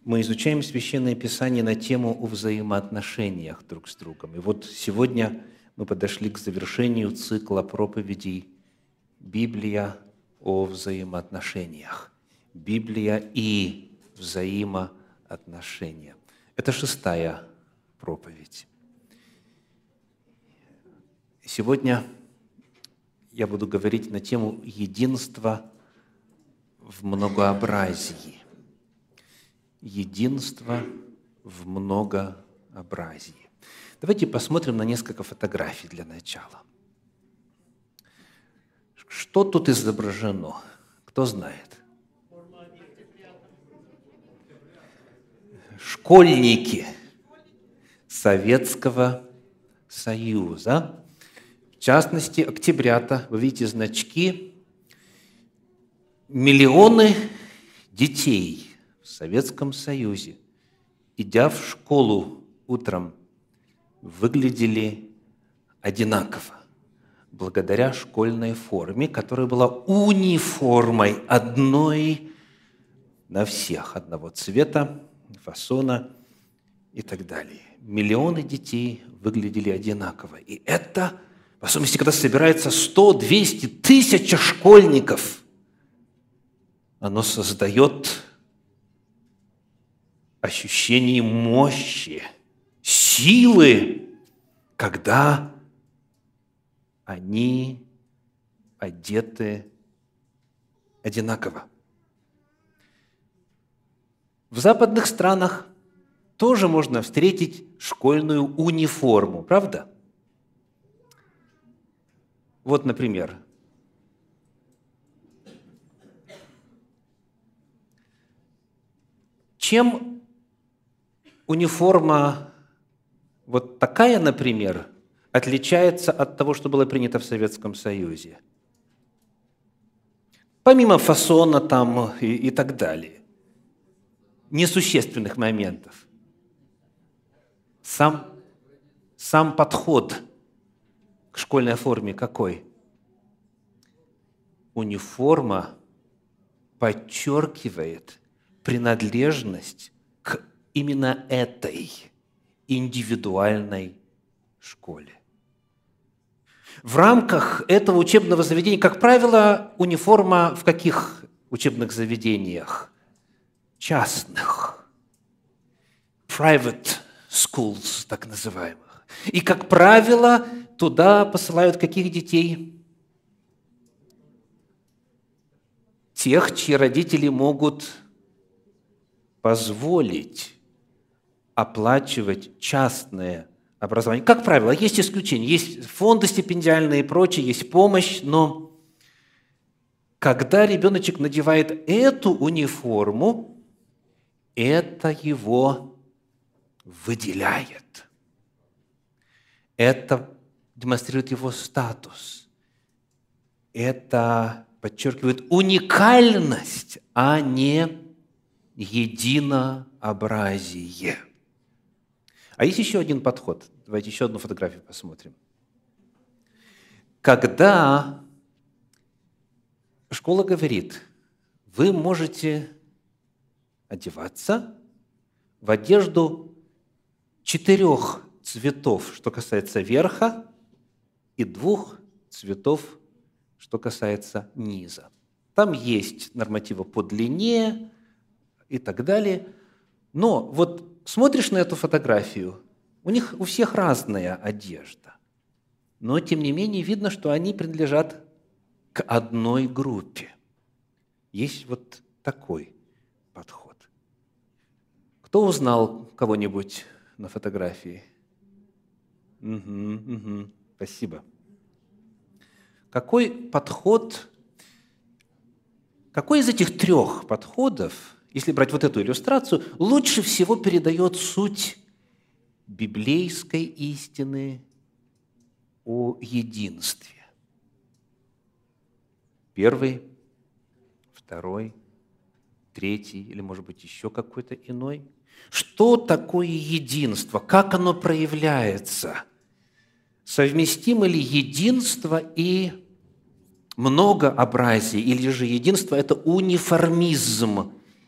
Мы изучаем Священное Писание на тему о взаимоотношениях друг с другом. И вот сегодня мы подошли к завершению цикла проповедей «Библия о взаимоотношениях». Библия и взаимоотношения. Это 6-я проповедь. Сегодня я буду говорить на тему единства в многообразии. Единство в многообразии. Давайте посмотрим на несколько фотографий для начала. Что тут изображено? Кто знает? Школьники Советского Союза. В частности, октябрята. Вы видите значки. Миллионы детей в Советском Союзе, идя в школу утром, выглядели одинаково, благодаря школьной форме, которая была униформой, одной на всех, одного цвета, фасона и так далее. Миллионы детей выглядели одинаково. И это, в особенности, когда собирается 100, 200, 1000 школьников, оно создает ощущение мощи, силы, когда они одеты одинаково. В западных странах тоже можно встретить школьную униформу, правда? Вот, например, чем униформа вот такая, например, отличается от того, что было принято в Советском Союзе? Помимо фасона там и так далее, несущественных моментов. Сам подход к школьной форме какой? Униформа подчеркивает принадлежность к именно этой индивидуальной школе. В рамках этого учебного заведения, как правило, униформа в каких учебных заведениях? Частных. Private schools, так называемых. И, как правило, туда посылают каких детей? Тех, чьи родители могут позволить оплачивать частное образование. Как правило, есть исключения, есть фонды стипендиальные и прочее, есть помощь, но когда ребеночек надевает эту униформу, это его выделяет. Это демонстрирует его статус. Это подчеркивает уникальность, а не единообразие. А есть еще один подход. Давайте еще одну фотографию посмотрим. Когда школа говорит, вы можете одеваться в одежду 4 цветов, что касается верха, и 2 цветов, что касается низа. Там есть нормативы по длине и так далее. Но вот смотришь на эту фотографию, у всех разная одежда. Но, тем не менее, видно, что они принадлежат к одной группе. Есть вот такой подход. Кто узнал кого-нибудь на фотографии? Спасибо. Какой из этих 3 подходов, если брать вот эту иллюстрацию, лучше всего передает суть библейской истины о единстве? 1, 2, 3 или, может быть, еще какой-то иной? Что такое единство? Как оно проявляется? Совместимо ли единство и многообразие, или же единство – это униформизм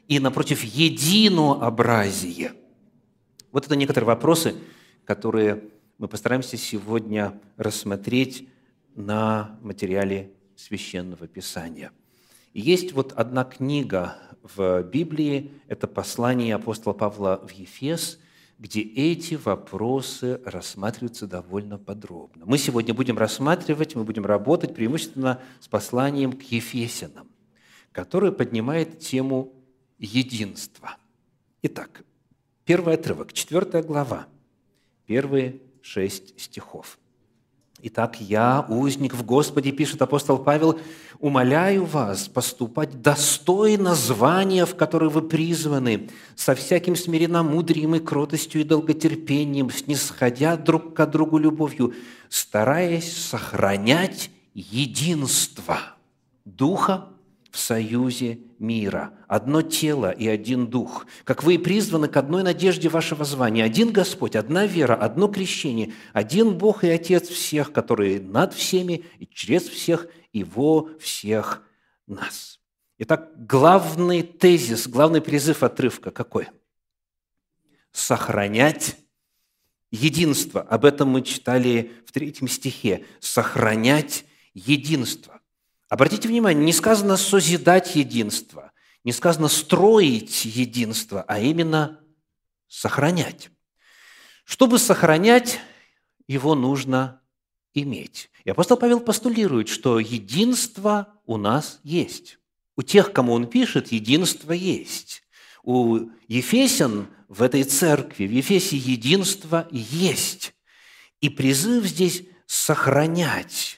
и, напротив, единообразие. Вот это некоторые вопросы, которые мы постараемся сегодня рассмотреть на материале Священного Писания. И есть вот одна книга в Библии, это послание апостола Павла в Ефес, где эти вопросы рассматриваются довольно подробно. Мы сегодня будем рассматривать, мы будем работать преимущественно с посланием к Ефесянам, которое поднимает тему единства. Итак, первый отрывок, 4 глава, первые 6 стихов. «Итак, я, узник в Господе, – пишет апостол Павел, – умоляю вас поступать достойно звания, в которое вы призваны, со всяким смиренномудрием и кротостью и долготерпением, снисходя друг к другу любовью, стараясь сохранять единство Духа в союзе мира, одно тело и один дух, как вы и призваны к одной надежде вашего звания, один Господь, одна вера, одно крещение, один Бог и Отец всех, который над всеми и через всех и во всех нас». Итак, главный тезис, главный призыв отрывка какой? Сохранять единство. Об этом мы читали в 3 стихе. Сохранять единство. Обратите внимание, не сказано «созидать единство», не сказано «строить единство», а именно «сохранять». Чтобы сохранять, его нужно иметь. И апостол Павел постулирует, что единство у нас есть. У тех, кому он пишет, единство есть. У ефесян в этой церкви, в Ефесе единство есть. И призыв здесь сохранять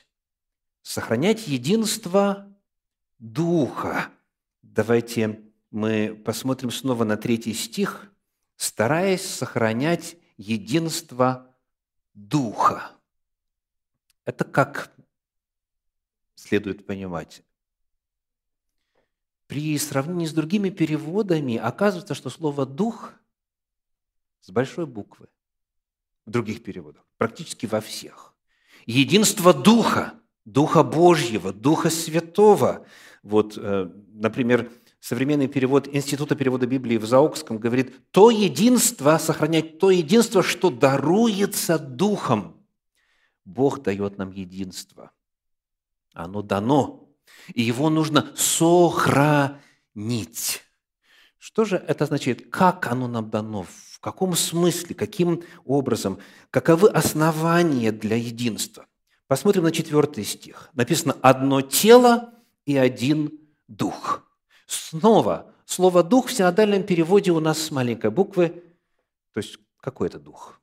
единство Духа. Давайте мы посмотрим снова на 3 стих. «Стараясь сохранять единство Духа». Это как следует понимать? При сравнении с другими переводами оказывается, что слово «дух» с большой буквы в других переводах, практически во всех. Единство Духа, Духа Божьего, Духа Святого. Вот, например, современный перевод Института перевода Библии в Заокском говорит: «То единство, сохранять то единство, что даруется Духом». Бог дает нам единство. Оно дано, и его нужно сохранить. Что же это означает? Как оно нам дано? В каком смысле? Каким образом? Каковы основания для единства? Посмотрим на 4 стих. Написано «одно тело и один дух». Снова слово «дух» в синодальном переводе у нас с маленькой буквы. То есть какой это дух?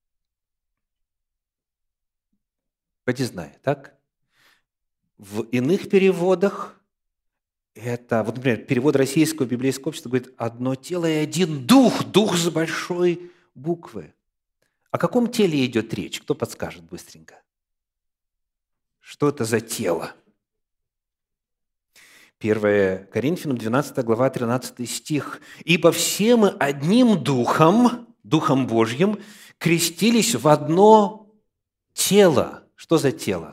Подизнай, так? В иных переводах это, вот, например, перевод Российского библейского общества говорит «одно тело и один дух», дух с большой буквы. О каком теле идет речь? Кто подскажет быстренько? Что это за тело? 1 Коринфянам, 12 глава, 13 стих. «Ибо все мы одним духом, Духом Божьим, крестились в одно тело». Что за тело?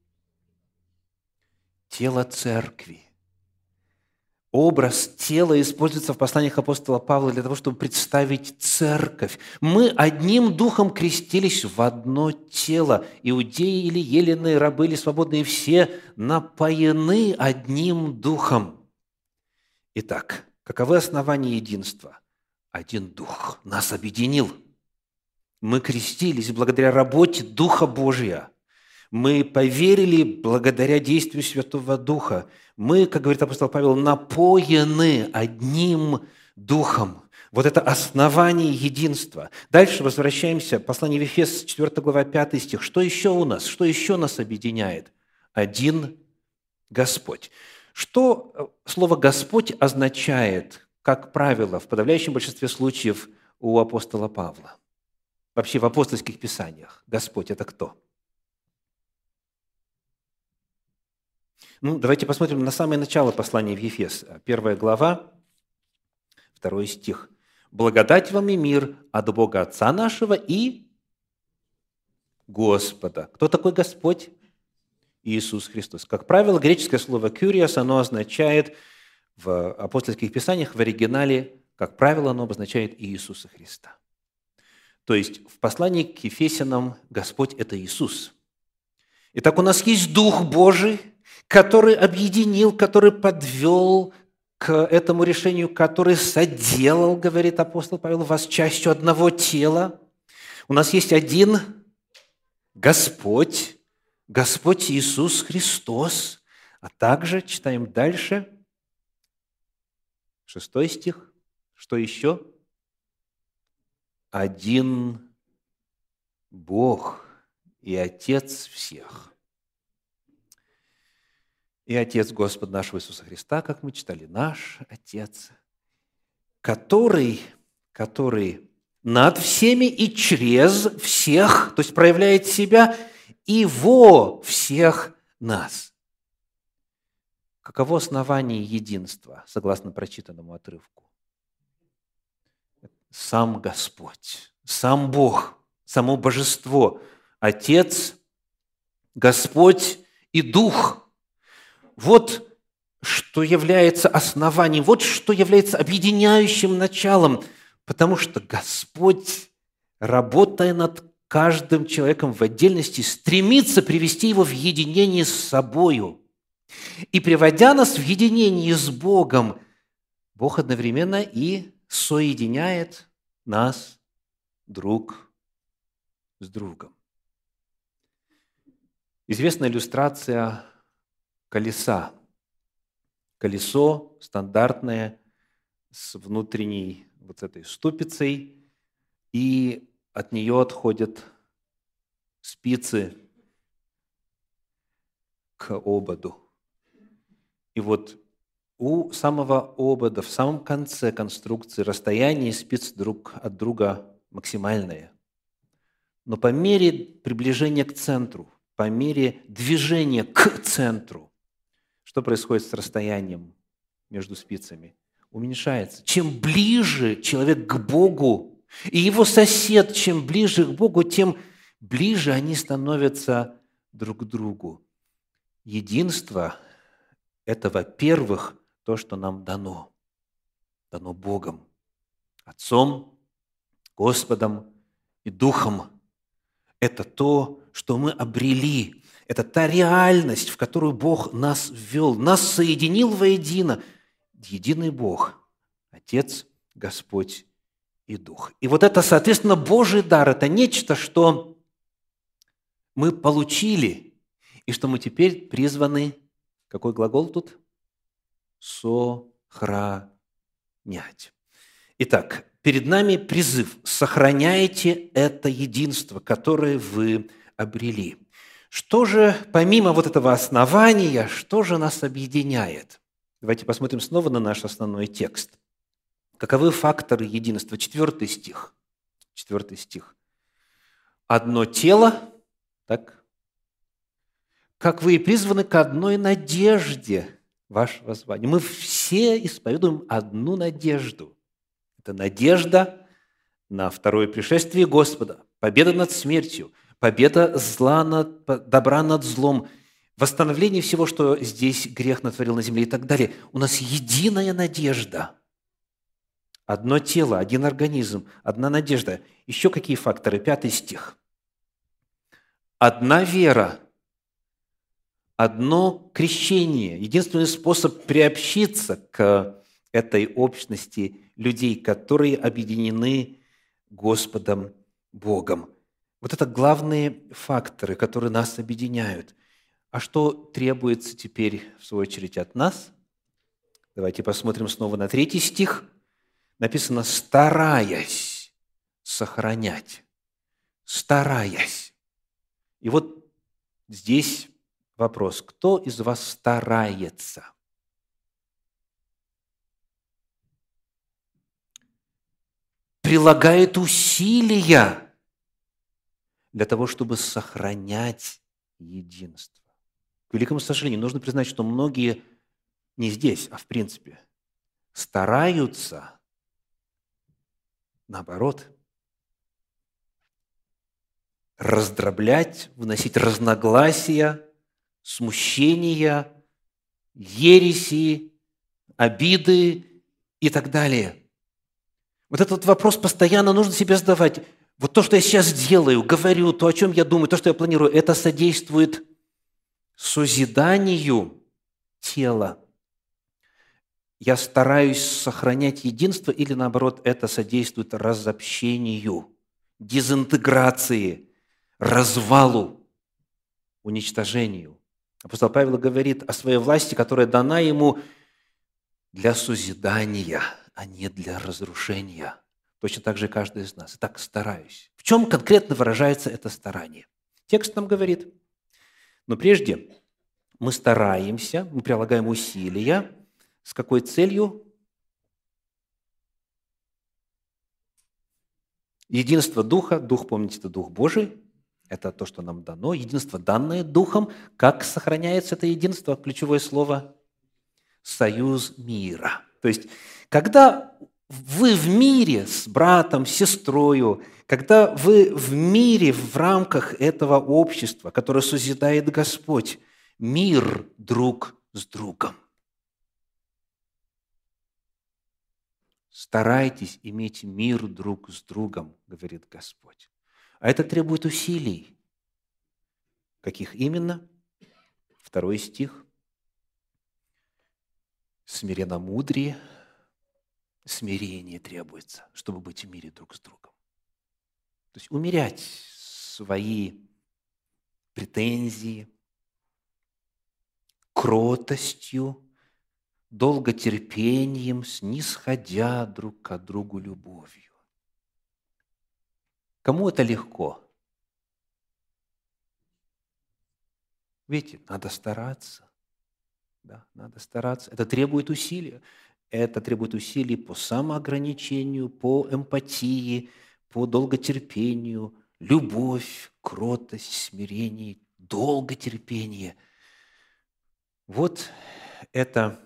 Тело церкви. Образ тела используется в посланиях апостола Павла для того, чтобы представить церковь. Мы одним духом крестились в одно тело. Иудеи или елены, рабы или свободные, все напоены одним духом. Итак, каковы основания единства? Один дух нас объединил. Мы крестились благодаря работе Духа Божия. Мы поверили благодаря действию Святого Духа. Мы, как говорит апостол Павел, напоены одним Духом. Вот это основание единства. Дальше возвращаемся. Послание в Ефес, 4 глава, 5 стих. Что еще у нас? Что еще нас объединяет? Один Господь. Что слово «Господь» означает, как правило, в подавляющем большинстве случаев у апостола Павла? Вообще в апостольских писаниях. Господь – это кто? Давайте посмотрим на самое начало послания в Ефес. 1 глава, 2 стих. «Благодать вам и мир от Бога Отца нашего и Господа». Кто такой Господь? Иисус Христос. Как правило, греческое слово «кюриос», оно означает в апостольских писаниях в оригинале, как правило, оно обозначает Иисуса Христа. То есть в послании к Ефесянам Господь – это Иисус. Итак, у нас есть Дух Божий, который объединил, который подвел к этому решению, который соделал, говорит апостол Павел, вас частью одного тела. У нас есть один Господь, Господь Иисус Христос. А также, читаем дальше, 6 стих, что еще? Один Бог и Отец всех. И Отец Господа нашего Иисуса Христа, как мы читали, наш Отец, который над всеми и через всех, то есть проявляет себя и во всех нас. Каково основание единства, согласно прочитанному отрывку? Сам Господь, сам Бог, само Божество, Отец, Господь и Дух. Вот что является основанием, вот что является объединяющим началом, потому что Господь, работая над каждым человеком в отдельности, стремится привести его в единение с собою. И приводя нас в единение с Богом, Бог одновременно и соединяет нас друг с другом. Известная иллюстрация колеса. Колесо стандартное с внутренней вот этой ступицей, и от нее отходят спицы к ободу. И вот у самого обода, в самом конце конструкции, расстояние спиц друг от друга максимальное. Но по мере приближения к центру, по мере движения к центру, что происходит с расстоянием между спицами? Уменьшается. Чем ближе человек к Богу, и его сосед, чем ближе к Богу, тем ближе они становятся друг к другу. Единство – это, во-первых, то, что нам дано Богом, Отцом, Господом и Духом. Это то, что мы обрели. Это та реальность, в которую Бог нас ввел, нас соединил воедино. Единый Бог, Отец, Господь и Дух. И вот это, соответственно, Божий дар, это нечто, что мы получили, и что мы теперь призваны, какой глагол тут? Сохранять. Итак, перед нами призыв: сохраняйте это единство, которое вы обрели. Что же, помимо вот этого основания, что же нас объединяет? Давайте посмотрим снова на наш основной текст. Каковы факторы единства? 4 стих. 4 стих. «Одно тело, так, как вы и призваны к одной надежде вашего звания». Мы все исповедуем одну надежду. Это надежда на второе пришествие Господа, победа над смертью, победа добра над злом, восстановление всего, что здесь грех натворил на земле и так далее. У нас единая надежда. Одно тело, один организм, одна надежда. Еще какие факторы? 5 стих. Одна вера, одно крещение. Единственный способ приобщиться к этой общности людей, которые объединены Господом Богом. Вот это главные факторы, которые нас объединяют. А что требуется теперь, в свою очередь, от нас? Давайте посмотрим снова на 3 стих. Написано: «стараясь сохранять». Стараясь. И вот здесь вопрос: кто из вас старается? Прилагает усилия для того, чтобы сохранять единство. К великому сожалению, нужно признать, что многие не здесь, а в принципе стараются, наоборот, раздроблять, вносить разногласия, смущения, ереси, обиды и так далее. Вот этот вопрос постоянно нужно себе задавать. Вот то, что я сейчас делаю, говорю, то, о чем я думаю, то, что я планирую, это содействует созиданию тела. Я стараюсь сохранять единство или, наоборот, это содействует разобщению, дезинтеграции, развалу, уничтожению. Апостол Павел говорит о своей власти, которая дана ему для созидания, а не для разрушения. Точно так же и каждый из нас. Итак, стараюсь. В чем конкретно выражается это старание? Текст нам говорит, но прежде мы стараемся, мы прилагаем усилия. С какой целью? Единство Духа. Дух, помните, это Дух Божий. Это то, что нам дано. Единство, данное Духом. Как сохраняется это единство? Ключевое слово – союз мира. То есть, когда вы в мире с братом, с сестрою, когда вы в мире в рамках этого общества, которое созидает Господь, мир друг с другом. Старайтесь иметь мир друг с другом, говорит Господь. А это требует усилий. Каких именно? 2 стих. Смиренномудрие, смирение требуется, чтобы быть в мире друг с другом. То есть умерять свои претензии, кротостью, долготерпением, снисходя друг к другу любовью. Кому это легко? Видите, надо стараться. Да, надо стараться. Это требует усилий. Это требует усилий по самоограничению, по эмпатии, по долготерпению, любовь, кротость, смирение, долготерпение. Вот это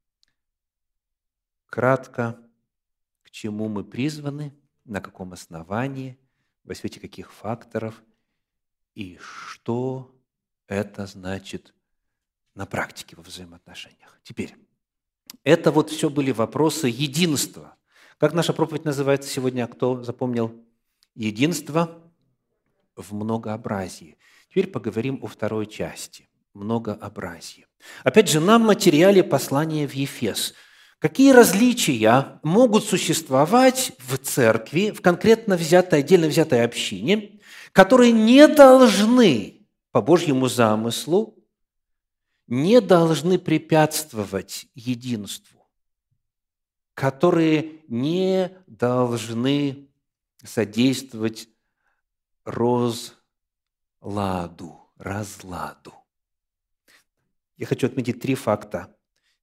кратко, к чему мы призваны, на каком основании, во свете каких факторов и что это значит на практике во взаимоотношениях. Теперь, это вот все были вопросы единства. Как наша проповедь называется сегодня? Кто запомнил? Единство в многообразии. Теперь поговорим о второй части. Многообразие. Опять же, на материале послания в Ефес. Какие различия могут существовать в церкви, в конкретно взятой, отдельно взятой общине, которые не должны, по Божьему замыслу, не должны препятствовать единству, которые не должны содействовать разладу. Я хочу отметить три фактора,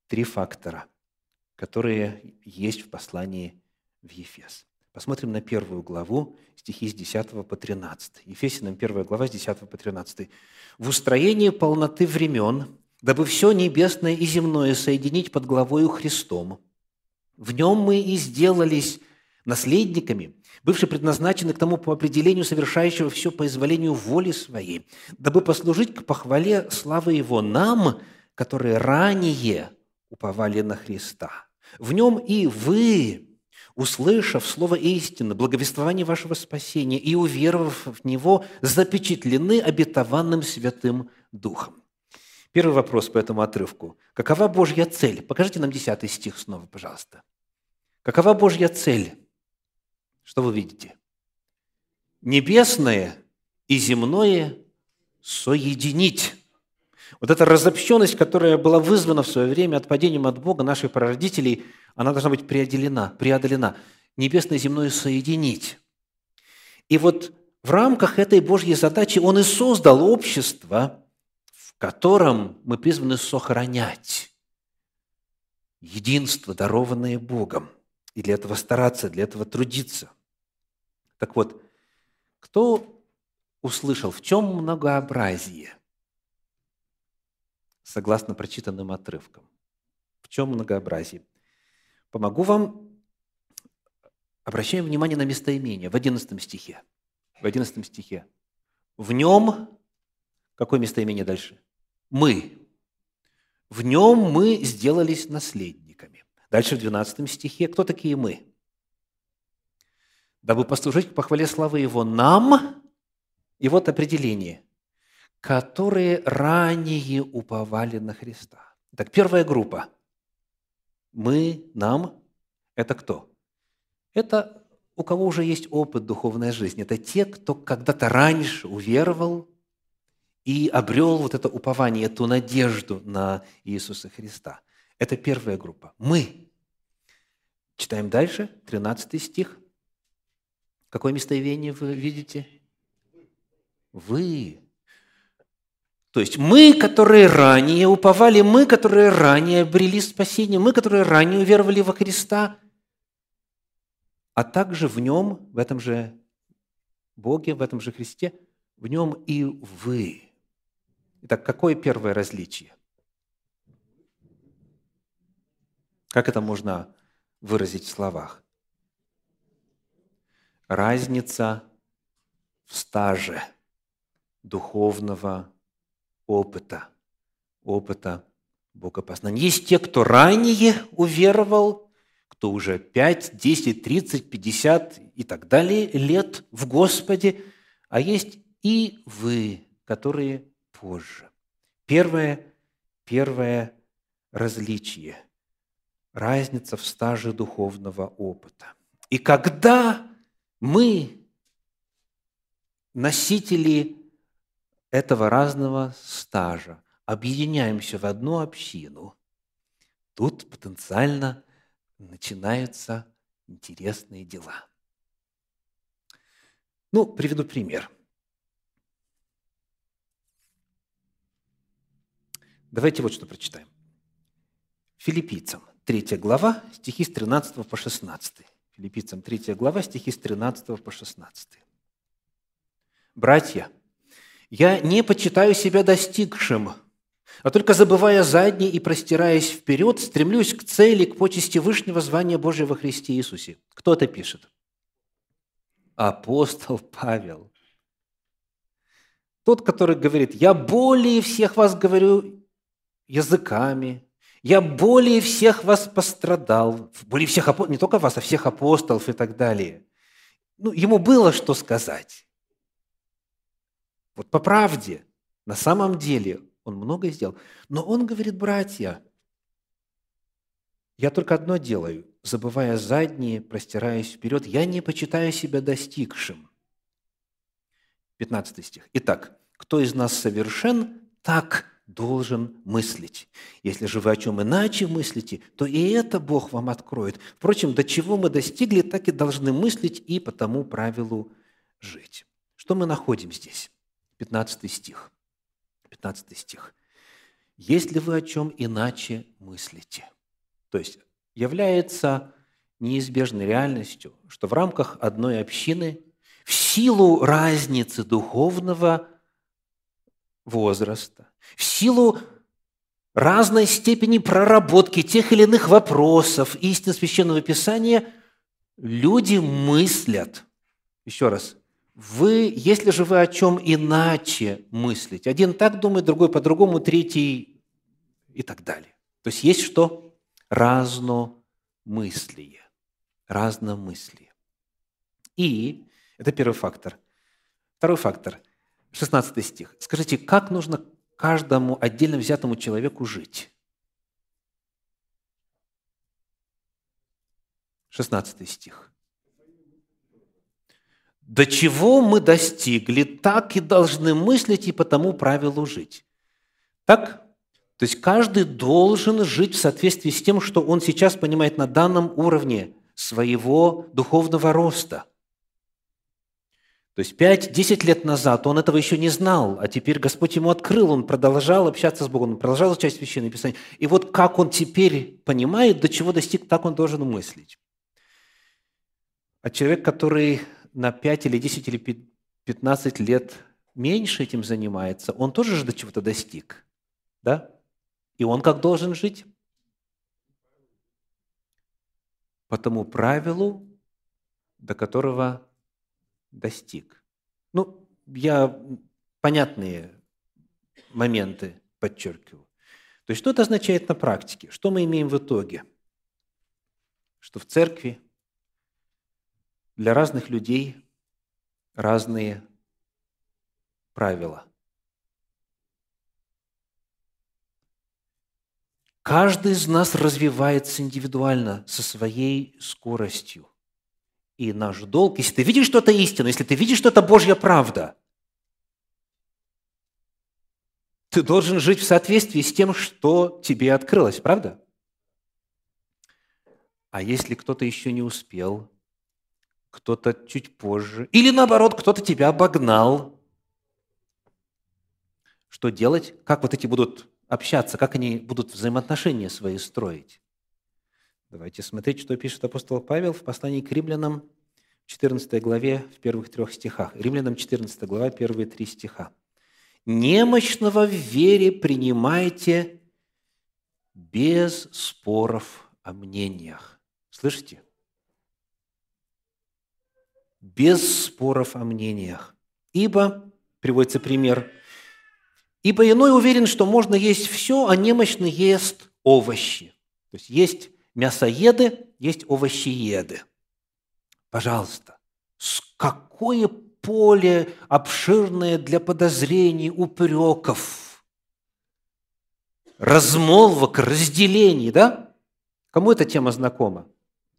которые есть в послании в Ефес. Посмотрим на 1 главу, стихи с 10 по 13. Ефесянам 1 глава, с 10 по 13. «В устроении полноты времен, дабы все небесное и земное соединить под главою Христом. В нем мы и сделались наследниками, бывшие предназначены к тому по определению совершающего все по изволению воли своей, дабы послужить к похвале славы Его нам, которые ранее уповали на Христа. В нем и вы, услышав слово истины, благовествование вашего спасения и уверовав в него, запечатлены обетованным Святым Духом». Первый вопрос по этому отрывку. Какова Божья цель? Покажите нам 10 стих снова, пожалуйста. Какова Божья цель? Что вы видите? Небесное и земное соединить. Вот эта разобщенность, которая была вызвана в свое время отпадением от Бога наших прародителей, она должна быть преодолена. Небесное и земное соединить. И вот в рамках этой Божьей задачи Он и создал общество, в котором мы призваны сохранять единство, дарованное Богом, и для этого стараться, для этого трудиться. Так вот, кто услышал, в чем многообразие, согласно прочитанным отрывкам? В чем многообразие? Помогу вам. Обращаем внимание на местоимение в 11 стихе. В 11 стихе. В нем, какое местоимение дальше? Мы. В нем мы сделались наследниками. Дальше в 12 стихе. Кто такие мы? Дабы послужить к похвале славы Его нам, и вот определение, которые ранее уповали на Христа. Так, первая группа. Мы, нам – это кто? Это у кого уже есть опыт духовной жизни. Это те, кто когда-то раньше уверовал и обрел вот это упование, эту надежду на Иисуса Христа. Это первая группа. Мы. Читаем дальше, 13 стих. Какое местоимение вы видите? Вы. То есть мы, которые ранее уповали, мы, которые ранее обрели спасение, мы, которые ранее уверовали во Христа, а также в Нем, в этом же Боге, в этом же Христе, в Нем и вы. Итак, какое первое различие? Как это можно выразить в словах? Разница в стаже духовного опыта богопознания. Есть те, кто ранее уверовал, кто уже 5, 10, 30, 50 и так далее лет в Господе, а есть и вы, которые позже. Первое различие – разница в стаже духовного опыта. И когда мы, носители этого разного стажа, объединяемся в одну общину, тут потенциально начинаются интересные дела. Приведу пример. Давайте вот что прочитаем. Филиппийцам, 3 глава, стихи с 13 по 16. Филиппийцам, 3 глава, стихи с 13 по 16. «Братья, я не почитаю себя достигшим, а только забывая заднее и простираясь вперед, стремлюсь к цели, к почести вышнего звания Божьего во Христе Иисусе». Кто это пишет? Апостол Павел. Тот, который говорит: «Я более всех вас говорю языками, я более всех вас пострадал», более всех, не только вас, а всех апостолов и так далее. Ему было что сказать. Вот по правде, на самом деле, он многое сделал. Но он говорит: братья, я только одно делаю, забывая заднее, простираясь вперед, я не почитаю себя достигшим. 15 стих. «Итак, кто из нас совершен, так должен мыслить. Если же вы о чем иначе мыслите, то и это Бог вам откроет. Впрочем, до чего мы достигли, так и должны мыслить и по тому правилу жить». Что мы находим здесь? 15 стих. 15 стих. «Если вы о чем иначе мыслите». То есть является неизбежной реальностью, что в рамках одной общины в силу разницы духовного возраста, в силу разной степени проработки тех или иных вопросов истин Священного Писания, люди мыслят. Еще раз. Если же вы о чем иначе мыслите, один так думает, другой по-другому, третий и так далее. То есть есть что? Разномыслие. Разномыслие. И это первый фактор. Второй фактор, 16 стих. Скажите, как нужно каждому отдельно взятому человеку жить? 16 стих. «До чего мы достигли, так и должны мыслить и по тому правилу жить». Так? То есть каждый должен жить в соответствии с тем, что он сейчас понимает на данном уровне своего духовного роста. То есть 5-10 лет назад он этого еще не знал, а теперь Господь ему открыл, он продолжал общаться с Богом, он продолжал изучать Священное Писание. И вот как он теперь понимает, до чего достиг, так он должен мыслить. А человек, который на 5 или 10 или 15 лет меньше этим занимается, он тоже же до чего-то достиг. Да? И он как должен жить? По тому правилу, до которого достиг. Я понятные моменты подчеркиваю. То есть, что это означает на практике? Что мы имеем в итоге? что в церкви для разных людей разные правила. Каждый из нас развивается индивидуально, со своей скоростью. И наш долг, если ты видишь, что это истина, если ты видишь, что это Божья правда, ты должен жить в соответствии с тем, что тебе открылось, правда? А если кто-то еще не успел, кто-то чуть позже, или наоборот, кто-то тебя обогнал, что делать? Как вот эти будут общаться, как они будут взаимоотношения свои строить? Давайте смотреть, что пишет апостол Павел в послании к римлянам, 14 главе, в первых 3 стихах. Римлянам 14 глава, первые 3 стиха. «Немощного в вере принимайте без споров о мнениях». Слышите? Без споров о мнениях. Ибо, приводится пример, «Ибо иной уверен, что можно есть все, а немощный ест овощи». То есть мясоеды, есть овощееды. Пожалуйста, какое поле обширное для подозрений, упреков, размолвок, разделений, да? Кому эта тема знакома?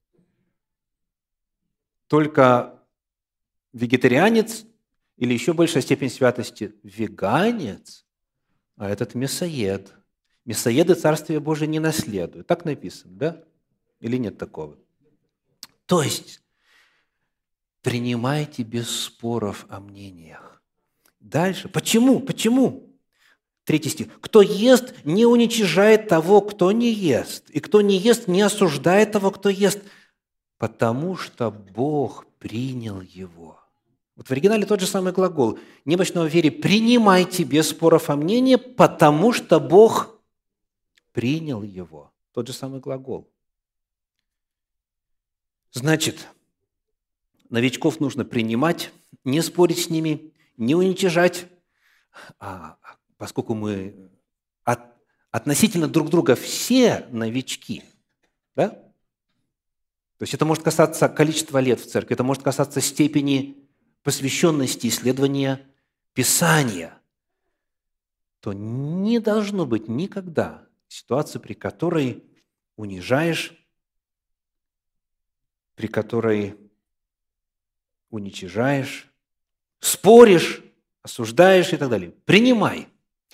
Только вегетарианец или еще большая степень святости веганец, а этот мясоед. Мясоеды Царствие Божие не наследуют. Так написано, да? Или нет такого? То есть, принимайте без споров о мнениях. Дальше. Почему? 3 стих. «Кто ест, не уничижает того, кто не ест, и кто не ест, не осуждает того, кто ест, потому что Бог принял его». Вот в оригинале тот же самый глагол. «Немощного в вере принимайте без споров о мнении, потому что Бог принял его». Тот же самый глагол. Значит, новичков нужно принимать, не спорить с ними, не уничижать, поскольку мы относительно друг друга все новички, да? То есть это может касаться количества лет в церкви, это может касаться степени посвященности исследования Писания, то не должно быть никогда ситуации, при которой унижаешь, при которой уничижаешь, споришь, осуждаешь и так далее. Принимай.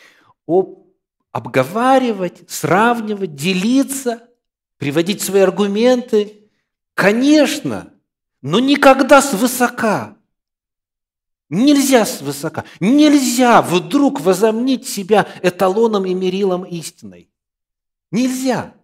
Обговаривать, сравнивать, делиться, приводить свои аргументы, конечно, но никогда свысока. Нельзя свысока. Нельзя вдруг возомнить себя эталоном и мерилом истиной. Нельзя.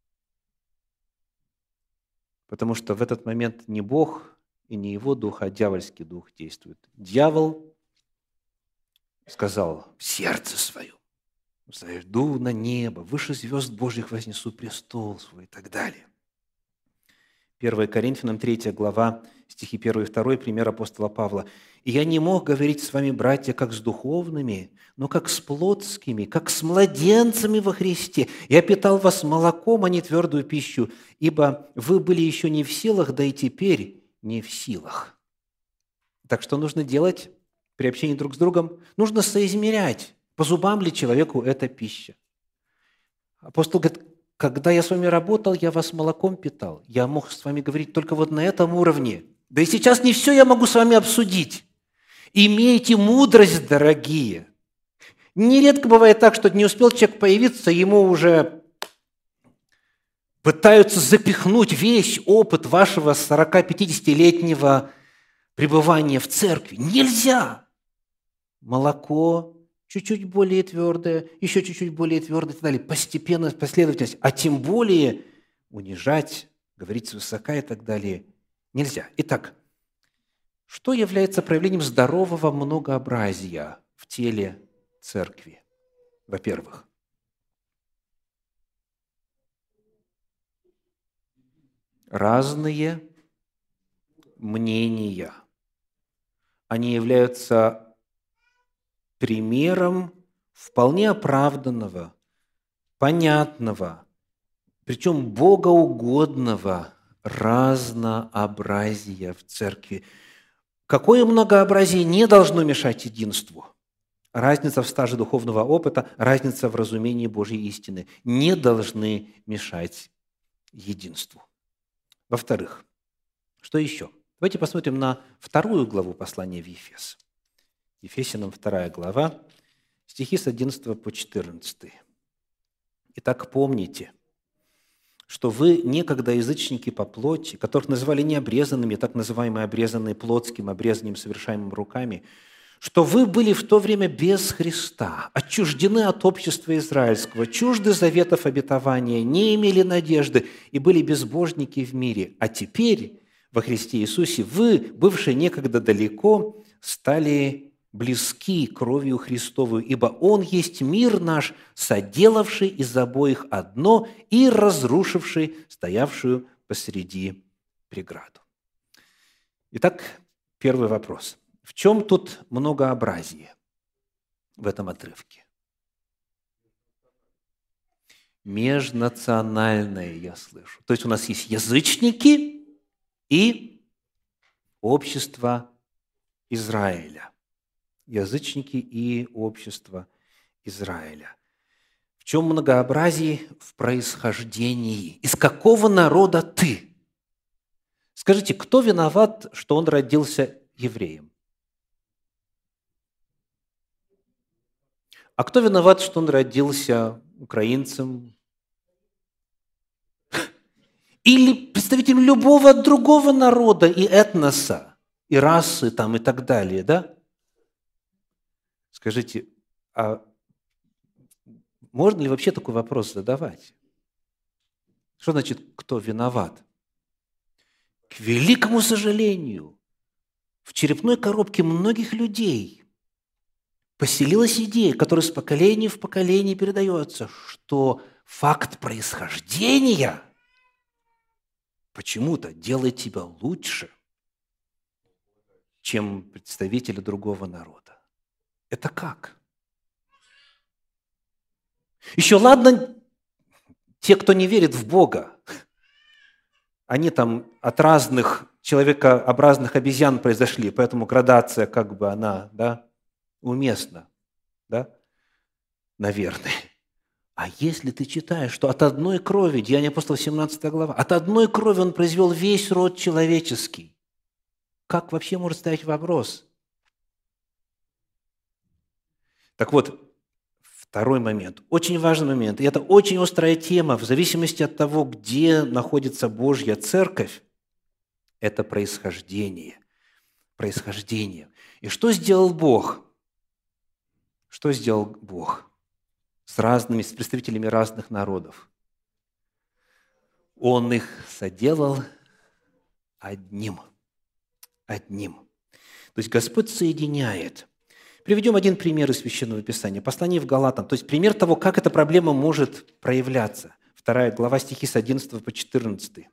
Потому что в этот момент не Бог и не его дух, а дьявольский дух действует. Дьявол сказал в сердце своем: «Зайду на небо, выше звезд Божьих вознесу престол свой» и так далее. 1 Коринфянам 3 глава, стихи 1 и 2, пример апостола Павла. «И я не мог говорить с вами, братья, как с духовными, но как с плотскими, как с младенцами во Христе. Я питал вас молоком, а не твердую пищу, ибо вы были еще не в силах, да и теперь не в силах». Так что нужно делать при общении друг с другом? Нужно соизмерять, по зубам ли человеку эта пища. Апостол говорит: когда я с вами работал, я вас молоком питал. Я мог с вами говорить только вот на этом уровне. Да и сейчас не все я могу с вами обсудить. Имейте мудрость, дорогие. Нередко бывает так, что не успел человек появиться, ему уже пытаются запихнуть весь опыт вашего 40-50-летнего пребывания в церкви. Нельзя! Молоко чуть-чуть более твердое, еще чуть-чуть более твердое и так далее. Постепенно, последовательность. А тем более унижать, говорить свысока и так далее нельзя. Итак, что является проявлением здорового многообразия в теле церкви? Во-первых, разные мнения. Они являются примером вполне оправданного, понятного, причем богоугодного разнообразия в церкви. Какое многообразие не должно мешать единству? Разница в стаже духовного опыта, разница в разумении Божьей истины не должны мешать единству. Во-вторых, что еще? Давайте посмотрим на 2 главу послания в Ефес. Ефесянам 2 глава, стихи с 11 по 14. «Итак, помните, что вы некогда язычники по плоти, которых называли необрезанными, так называемые обрезанные плотским обрезанием, совершаемым руками, что вы были в то время без Христа, отчуждены от общества израильского, чужды заветов обетования, не имели надежды и были безбожники в мире. А теперь во Христе Иисусе вы, бывшие некогда далеко, стали близки кровью Христовую, ибо Он есть мир наш, соделавший из обоих одно и разрушивший стоявшую посреди преграду». Итак, первый вопрос. В чем тут многообразие в этом отрывке? Межнациональное, я слышу. То есть у нас есть язычники и общество Израиля. Язычники и общество Израиля. В чем многообразие? В происхождении. Из какого народа ты? Скажите, кто виноват, что он родился евреем? А кто виноват, что он родился украинцем? Или представителем любого другого народа и этноса, и расы там, и так далее, да? Скажите, а можно ли вообще такой вопрос задавать? Что значит, кто виноват? К великому сожалению, в черепной коробке многих людей поселилась идея, которая с поколения в поколение передается, что факт происхождения почему-то делает тебя лучше, чем представители другого народа. Это как? Еще ладно, те, кто не верит в Бога, они там от разных человекообразных обезьян произошли, поэтому градация как бы она, да, уместна, да, наверное. А если ты читаешь, что от одной крови, Деяния апостолов, 17 глава, от одной крови он произвел весь род человеческий, как вообще может ставить вопрос? Так вот, второй момент, очень важный момент, и это очень острая тема, в зависимости от того, где находится Божья Церковь, это происхождение. Происхождение. И что сделал Бог? Что сделал Бог с представителями разных народов? Он их соделал одним. Одним. То есть Господь соединяет. Приведем один пример из Священного Писания. Послание в Галатам. То есть пример того, как эта проблема может проявляться. 2 глава, стихи с 11 по 14.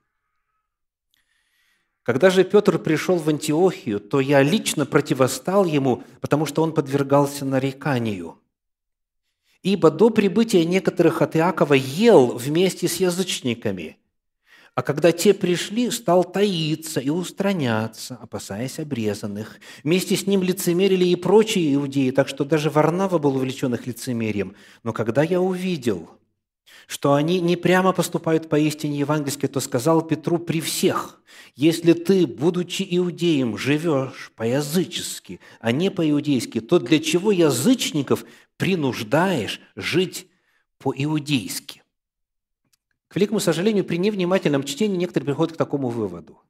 «Когда же Петр пришел в Антиохию, то я лично противостал ему, потому что он подвергался нареканию. Ибо до прибытия некоторых от Иакова ел вместе с язычниками, а когда те пришли, стал таиться и устраняться, опасаясь обрезанных. Вместе с ним лицемерили и прочие иудеи, так что даже Варнава был увлечен их лицемерием. Но когда я увидел, что они не прямо поступают по истине евангельской, то сказал Петру при всех: если ты, будучи иудеем, живешь по-язычески, а не по-иудейски, то для чего язычников принуждаешь жить по-иудейски? К великому сожалению, при невнимательном чтении некоторые приходят к такому выводу,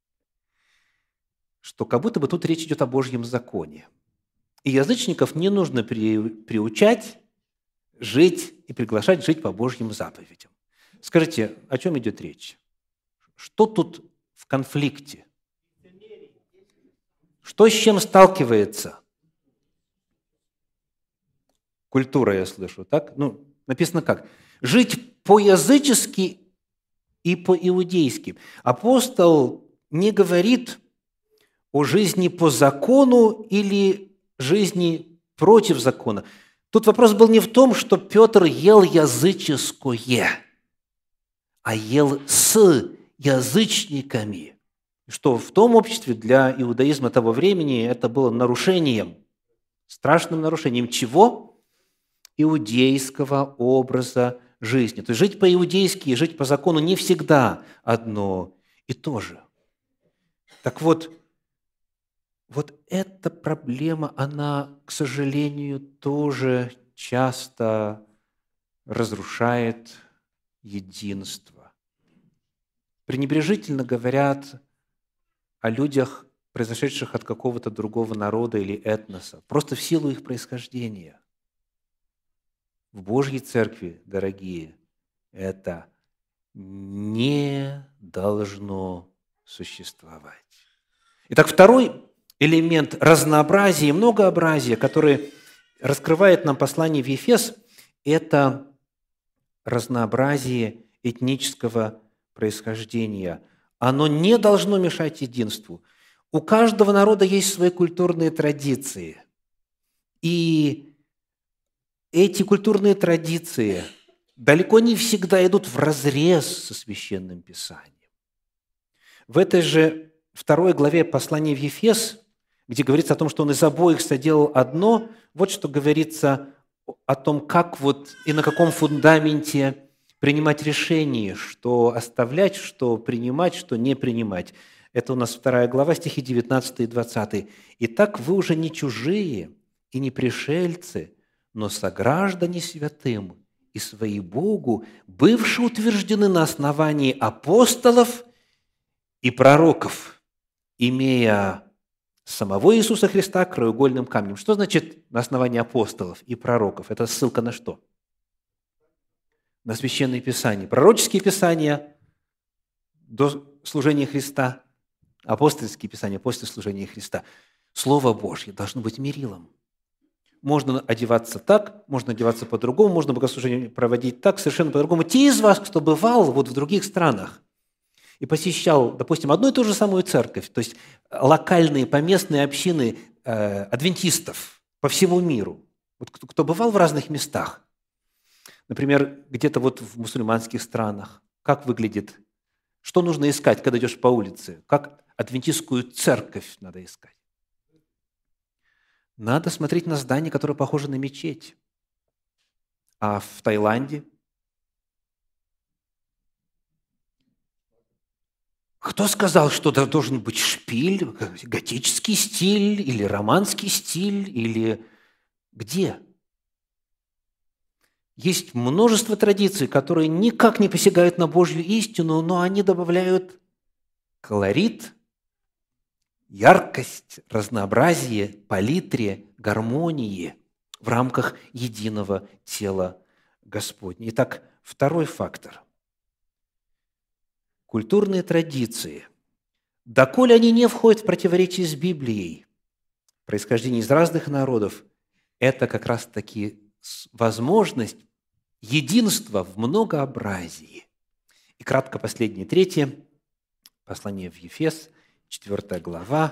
что как будто бы тут речь идет о Божьем законе. И язычников не нужно приучать жить и приглашать жить по Божьим заповедям. Скажите, о чем идет речь? Что тут в конфликте? Что с чем сталкивается? Культура, я слышу, так? Написано как? Жить по-язычески и по-иудейски. Апостол не говорит о жизни по закону или жизни против закона. Тут вопрос был не в том, что Петр ел языческое, а ел с язычниками. Что в том обществе для иудаизма того времени это было нарушением, страшным нарушением чего? Иудейского образа жизни. То есть жить по-иудейски и жить по закону не всегда одно и то же. Так вот эта проблема, она, к сожалению, тоже часто разрушает единство. Пренебрежительно говорят о людях, произошедших от какого-то другого народа или этноса, просто в силу их происхождения. В Божьей Церкви, дорогие, это не должно существовать. Итак, второй элемент разнообразия и многообразия, который раскрывает нам послание в Ефес, это разнообразие этнического происхождения. Оно не должно мешать единству. У каждого народа есть свои культурные традиции. И эти культурные традиции далеко не всегда идут вразрез со Священным Писанием. В этой же 2 главе послания в Ефес, где говорится о том, что он из обоих соделал одно, вот что говорится о том, как и на каком фундаменте принимать решение, что оставлять, что принимать, что не принимать. Это у нас 2 глава, стихи 19 и 20. «Итак, вы уже не чужие и не пришельцы, но сограждане святым и свои Богу, бывшие утверждены на основании апостолов и пророков, имея самого Иисуса Христа краеугольным камнем». Что значит на основании апостолов и пророков? Это ссылка на что? На Священное Писание. Пророческие Писания до служения Христа, апостольские Писания после служения Христа. Слово Божье должно быть мерилом. Можно одеваться так, можно одеваться по-другому, можно богослужение проводить так, совершенно по-другому. Те из вас, кто бывал в других странах и посещал, допустим, одну и ту же самую церковь, то есть локальные, поместные общины адвентистов по всему миру, кто бывал в разных местах, например, где-то в мусульманских странах, как выглядит, что нужно искать, когда идешь по улице, как адвентистскую церковь надо искать. Надо смотреть на здание, которое похоже на мечеть. А в Таиланде? Кто сказал, что должен быть шпиль, готический стиль, или романский стиль, или где? Есть множество традиций, которые никак не посягают на Божью истину, но они добавляют колорит, яркость, разнообразие, палитре, гармонии в рамках единого тела Господня. Итак, второй фактор. Культурные традиции. Доколе они не входят в противоречие с Библией, происхождение из разных народов, это как раз-таки возможность единства в многообразии. И кратко последнее, третье, послание в Ефес, 4 глава,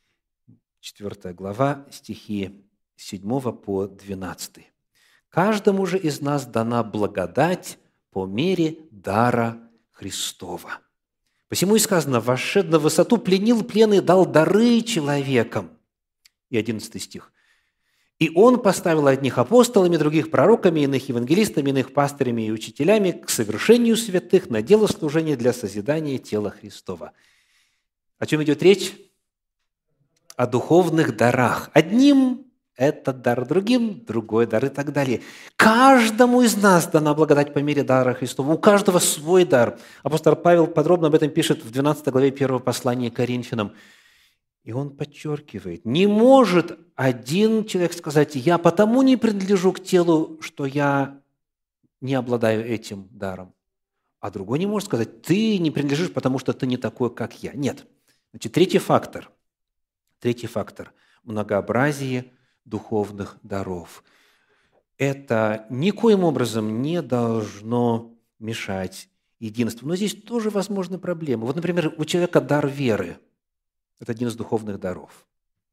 стихи 7 по 12. «Каждому же из нас дана благодать по мере дара Христова. Посему и сказано: вошед на высоту, пленил плен и дал дары человекам». И 11 стих. «И Он поставил одних апостолами, других пророками, иных евангелистами, иных пастырями и учителями к совершению святых на дело служения для созидания тела Христова». О чем идет речь? О духовных дарах. Одним этот дар, другим другой дар и так далее. Каждому из нас дана благодать по мере дара Христова. У каждого свой дар. Апостол Павел подробно об этом пишет в 12 главе 1 послания к Коринфянам. И он подчеркивает, не может один человек сказать: «Я потому не принадлежу к телу, что я не обладаю этим даром». А другой не может сказать: «Ты не принадлежишь, потому что ты не такой, как я». Нет. Значит, третий фактор – многообразие духовных даров. Это никоим образом не должно мешать единству. Но здесь тоже возможны проблемы. Например, у человека дар веры – это один из духовных даров.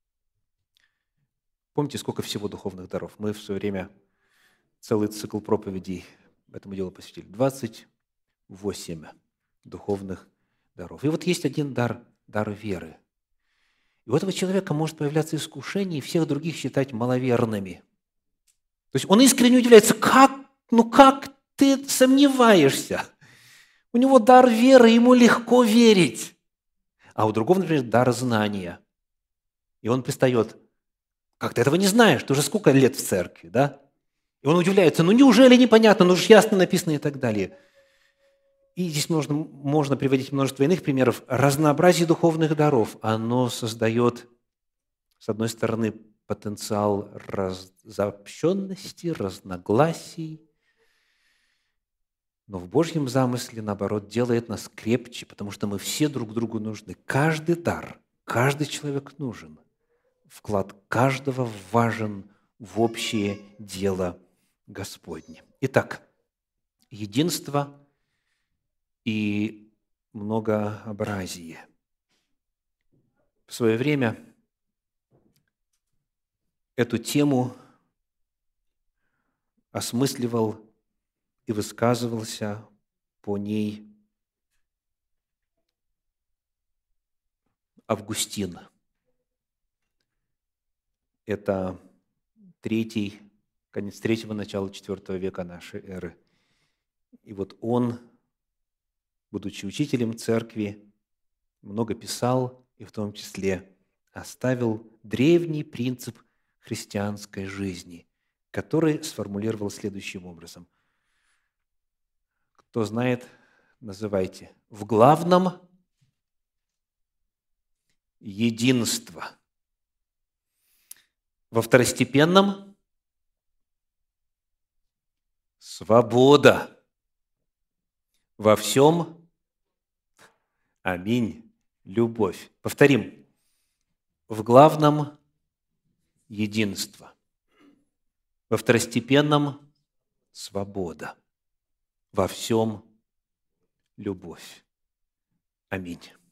Помните, сколько всего духовных даров? Мы в свое время целый цикл проповедей этому делу посвятили. 28 духовных даров. И вот есть один дар – дар веры. И у этого человека может появляться искушение и всех других считать маловерными. То есть он искренне удивляется, как ты сомневаешься? У него дар веры, ему легко верить. А у другого, например, дар знания. И он пристает, как ты этого не знаешь? Ты уже сколько лет в церкви, да? И он удивляется, неужели непонятно, же ясно написано и так далее. И здесь можно приводить множество иных примеров. Разнообразие духовных даров, оно создает, с одной стороны, потенциал разобщенности, разногласий, но в Божьем замысле, наоборот, делает нас крепче, потому что мы все друг другу нужны. Каждый дар, каждый человек нужен. Вклад каждого важен в общее дело Господне. Итак, единство и многообразие. В свое время эту тему осмысливал и высказывался по ней Августин. Это конец третьего, начало IV века нашей эры. И вот он, будучи учителем церкви, много писал, и в том числе оставил древний принцип христианской жизни, который сформулировал следующим образом. Кто знает, называйте. В главном – единство. Во второстепенном – свобода. Во всем – аминь, любовь. Повторим. В главном – единство. Во второстепенном – свобода. Во всем – любовь. Аминь.